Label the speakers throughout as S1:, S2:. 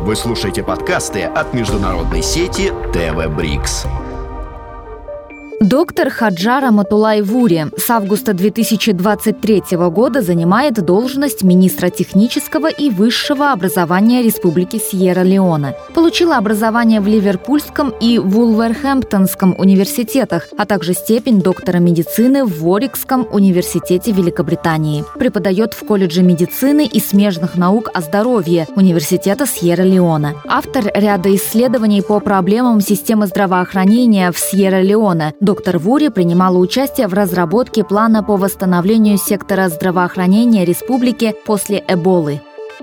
S1: Вы слушаете подкасты от международной сети ТВ Брикс.
S2: Доктор Хаджар Аматуллай Вури с августа 2023 года занимает должность министра технического и высшего образования Республики Сьерра-Леоне. Получила образование в Ливерпульском и Вулверхэмптонском университетах, а также степень доктора медицины в Уорикском университете Великобритании. Преподает в колледже медицины и смежных наук о здоровье Университета Сьерра-Леоне. Автор ряда исследований по проблемам системы здравоохранения в Сьерра-Леоне. Доктор Вури принимала участие в разработке плана по восстановлению сектора здравоохранения республики после Эболы.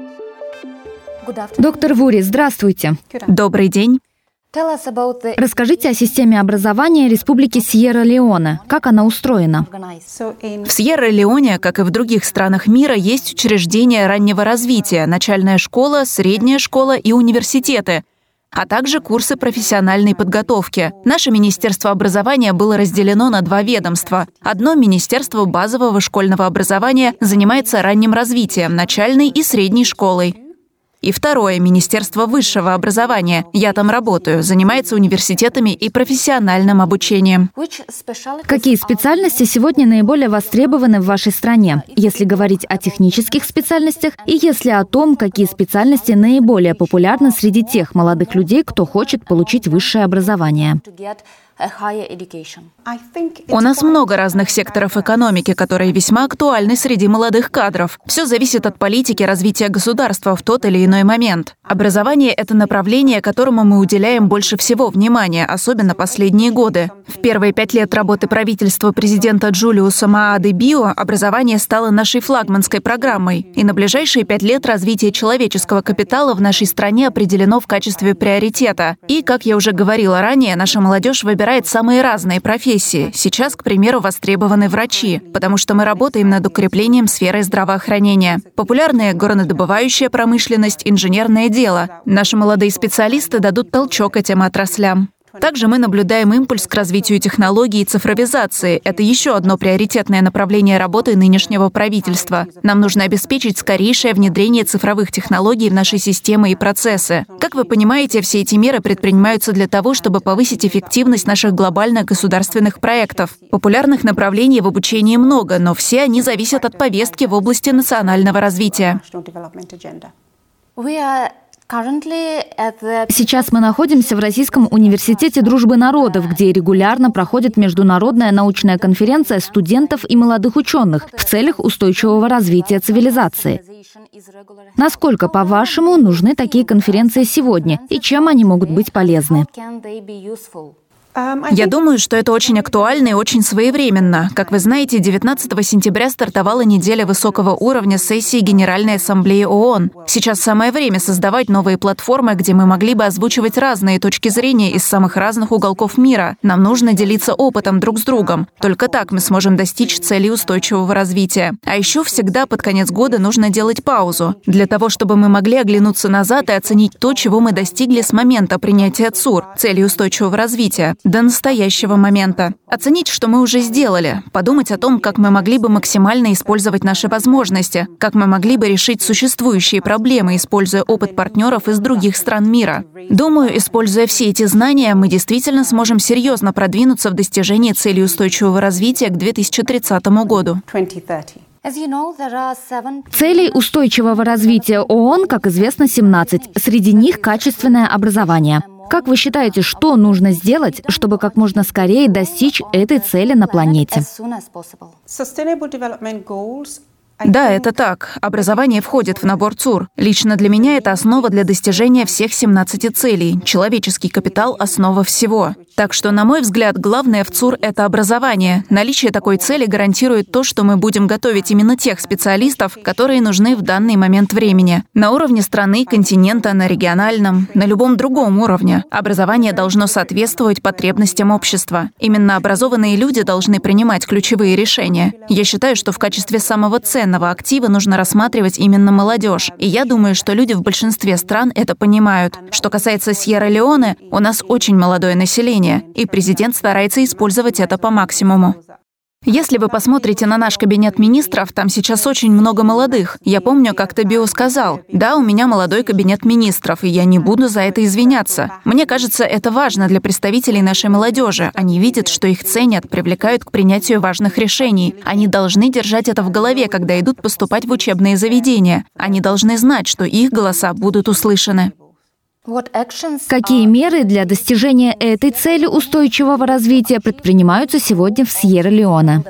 S2: Доктор Вури, здравствуйте.
S3: Добрый день.
S2: Расскажите о системе образования Республики Сьерра-Леоне. Как она устроена?
S3: В Сьерра-Леоне, как и в других странах мира, есть учреждения раннего развития, начальная школа, средняя школа и университеты, а также курсы профессиональной подготовки. Наше Министерство образования было разделено на два ведомства. Одно Министерство базового школьного образования занимается ранним развитием, начальной и средней школой. И второе Министерство высшего образования, я там работаю, занимается университетами и профессиональным обучением.
S2: Какие специальности сегодня наиболее востребованы в вашей стране, если говорить о технических специальностях, и если о том, какие специальности наиболее популярны среди тех молодых людей, кто хочет получить высшее образование?
S3: У нас много разных секторов экономики, которые весьма актуальны среди молодых кадров. Все зависит от политики развития государства в тот или иной момент. Образование — это направление, которому мы уделяем больше всего внимания, особенно последние годы. В первые 5 лет работы правительства президента Джулиуса Маады Био образование стало нашей флагманской программой, и на ближайшие 5 лет развитие человеческого капитала в нашей стране определено в качестве приоритета. И, как я уже говорила ранее, наша молодежь выбирает самые разные профессии. Сейчас, к примеру, востребованы врачи, потому что мы работаем над укреплением сферы здравоохранения. Популярная горнодобывающая промышленность, инженерное дело. Наши молодые специалисты дадут толчок этим отраслям. Также мы наблюдаем импульс к развитию технологий и цифровизации. Это еще одно приоритетное направление работы нынешнего правительства. Нам нужно обеспечить скорейшее внедрение цифровых технологий в наши системы и процессы. Как вы понимаете, все эти меры предпринимаются для того, чтобы повысить эффективность наших глобальных государственных проектов. Популярных направлений в обучении много, но все они зависят от повестки в области национального развития.
S2: Сейчас мы находимся в Российском университете дружбы народов, где регулярно проходит международная научная конференция студентов и молодых ученых в целях устойчивого развития цивилизации. Насколько, по-вашему, нужны такие конференции сегодня и чем они могут быть полезны?
S3: Я думаю, что это очень актуально и очень своевременно. Как вы знаете, 19 сентября стартовала неделя высокого уровня сессии Генеральной Ассамблеи ООН. Сейчас самое время создавать новые платформы, где мы могли бы озвучивать разные точки зрения из самых разных уголков мира. Нам нужно делиться опытом друг с другом. Только так мы сможем достичь целей устойчивого развития. А еще всегда под конец года нужно делать паузу, для того, чтобы мы могли оглянуться назад и оценить то, чего мы достигли с момента принятия ЦУР, целей устойчивого развития, до настоящего момента. Оценить, что мы уже сделали, подумать о том, как мы могли бы максимально использовать наши возможности, как мы могли бы решить существующие проблемы, используя опыт партнеров из других стран мира. Думаю, используя все эти знания, мы действительно сможем серьезно продвинуться в достижении целей устойчивого развития к 2030 году.
S2: Целей устойчивого развития ООН, как известно, 17. Среди них качественное образование. Как вы считаете, что нужно сделать, чтобы как можно скорее достичь этой цели на планете?
S3: Да, это так. Образование входит в набор ЦУР. Лично для меня это основа для достижения всех 17 целей. Человеческий капитал — основа всего. Так что, на мой взгляд, главное в ЦУР — это образование. Наличие такой цели гарантирует то, что мы будем готовить именно тех специалистов, которые нужны в данный момент времени. На уровне страны, континента, на региональном, на любом другом уровне. Образование должно соответствовать потребностям общества. Именно образованные люди должны принимать ключевые решения. Я считаю, что в качестве самого ценного актива нужно рассматривать именно молодежь. И я думаю, что люди в большинстве стран это понимают. Что касается Сьерра-Леоне, у нас очень молодое население, и президент старается использовать это по максимуму. Если вы посмотрите на наш кабинет министров, там сейчас очень много молодых. Я помню, как Тобио сказал: «Да, у меня молодой кабинет министров, и я не буду за это извиняться». Мне кажется, это важно для представителей нашей молодежи. Они видят, что их ценят, привлекают к принятию важных решений. Они должны держать это в голове, когда идут поступать в учебные заведения. Они должны знать, что их голоса будут услышаны.
S2: Какие меры для достижения этой цели устойчивого развития предпринимаются сегодня в Сьерра-Леоне?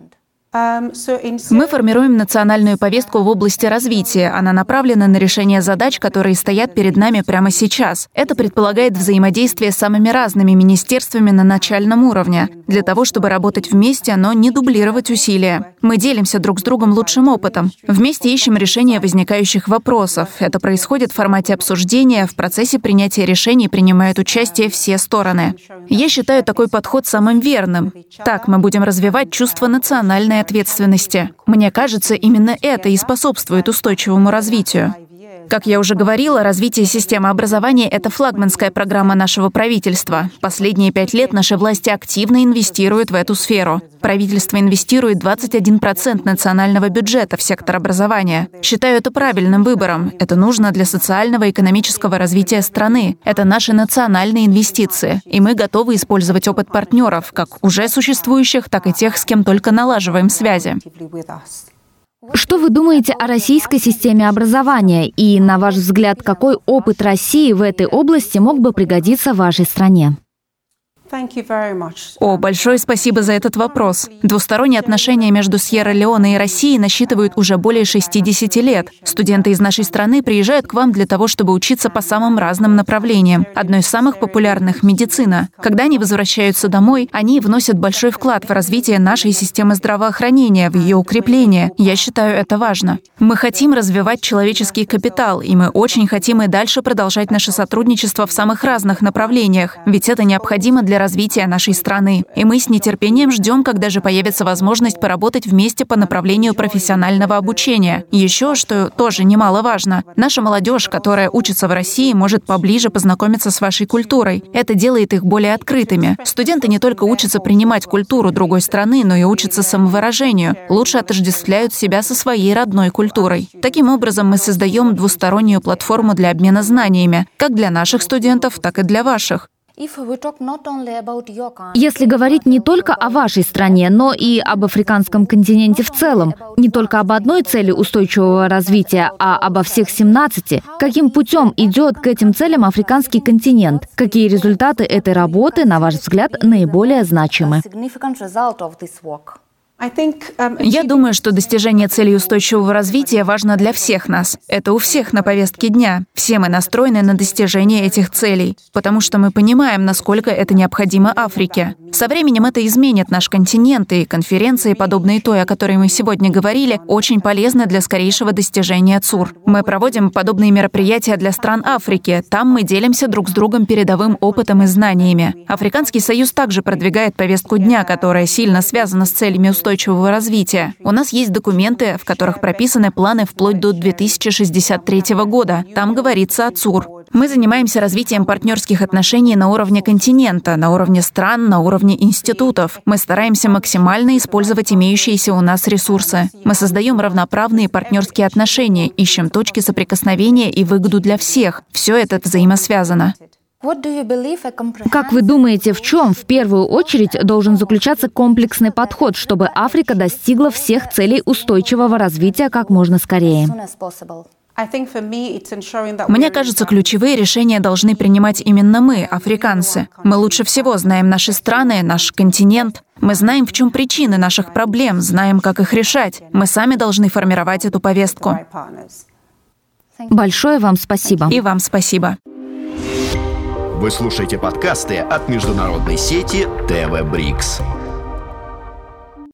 S3: Мы формируем национальную повестку в области развития. Она направлена на решение задач, которые стоят перед нами прямо сейчас. Это предполагает взаимодействие с самыми разными министерствами на начальном уровне, для того, чтобы работать вместе, но не дублировать усилия. Мы делимся друг с другом лучшим опытом. Вместе ищем решение возникающих вопросов. Это происходит в формате обсуждения, в процессе принятия решений принимают участие все стороны. Я считаю такой подход самым верным. Так мы будем развивать чувство национальной ответственности. Мне кажется, именно это и способствует устойчивому развитию. Как я уже говорила, развитие системы образования — это флагманская программа нашего правительства. Последние 5 лет наши власти активно инвестируют в эту сферу. Правительство инвестирует 21% национального бюджета в сектор образования. Считаю это правильным выбором. Это нужно для социального и экономического развития страны. Это наши национальные инвестиции. И мы готовы использовать опыт партнеров, как уже существующих, так и тех, с кем только налаживаем связи.
S2: Что вы думаете о российской системе образования? И, на ваш взгляд, какой опыт России в этой области мог бы пригодиться вашей стране?
S3: Большое спасибо за этот вопрос. Двусторонние отношения между Сьерра-Леоне и Россией насчитывают уже более 60 лет. Студенты из нашей страны приезжают к вам для того, чтобы учиться по самым разным направлениям. Одно из самых популярных — медицина. Когда они возвращаются домой, они вносят большой вклад в развитие нашей системы здравоохранения, в ее укрепление. Я считаю это важно. Мы хотим развивать человеческий капитал, и мы очень хотим и дальше продолжать наше сотрудничество в самых разных направлениях, ведь это необходимо для развития нашей страны. И мы с нетерпением ждем, когда же появится возможность поработать вместе по направлению профессионального обучения. Еще, что тоже немаловажно, наша молодежь, которая учится в России, может поближе познакомиться с вашей культурой. Это делает их более открытыми. Студенты не только учатся принимать культуру другой страны, но и учатся самовыражению, лучше отождествляют себя со своей родной культурой. Таким образом, мы создаем двустороннюю платформу для обмена знаниями, как для наших студентов, так и для ваших.
S2: Если говорить не только о вашей стране, но и об африканском континенте в целом, не только об одной цели устойчивого развития, а обо всех 17, каким путем идет к этим целям африканский континент? Какие результаты этой работы, на ваш взгляд, наиболее значимы?
S3: Я думаю, что достижение целей устойчивого развития важно для всех нас. Это у всех на повестке дня. Все мы настроены на достижение этих целей, потому что мы понимаем, насколько это необходимо Африке. Со временем это изменит наш континент, и конференции, подобные той, о которой мы сегодня говорили, очень полезны для скорейшего достижения ЦУР. Мы проводим подобные мероприятия для стран Африки. Там мы делимся друг с другом передовым опытом и знаниями. Африканский союз также продвигает повестку дня, которая сильно связана с целями устойчивого развития. У нас есть документы, в которых прописаны планы вплоть до 2063 года. Там говорится о ЦУР. Мы занимаемся развитием партнерских отношений на уровне континента, на уровне стран, на уровне институтов. Мы стараемся максимально использовать имеющиеся у нас ресурсы. Мы создаем равноправные партнерские отношения, ищем точки соприкосновения и выгоду для всех. Все это взаимосвязано.
S2: Как вы думаете, в чем в первую очередь должен заключаться комплексный подход, чтобы Африка достигла всех целей устойчивого развития как можно скорее?
S3: Мне кажется, ключевые решения должны принимать именно мы, африканцы. Мы лучше всего знаем наши страны, наш континент. Мы знаем, в чем причины наших проблем, знаем, как их решать. Мы сами должны формировать эту повестку.
S2: Большое вам спасибо.
S3: И вам спасибо.
S1: Вы слушаете подкасты от международной сети ТВ Брикс.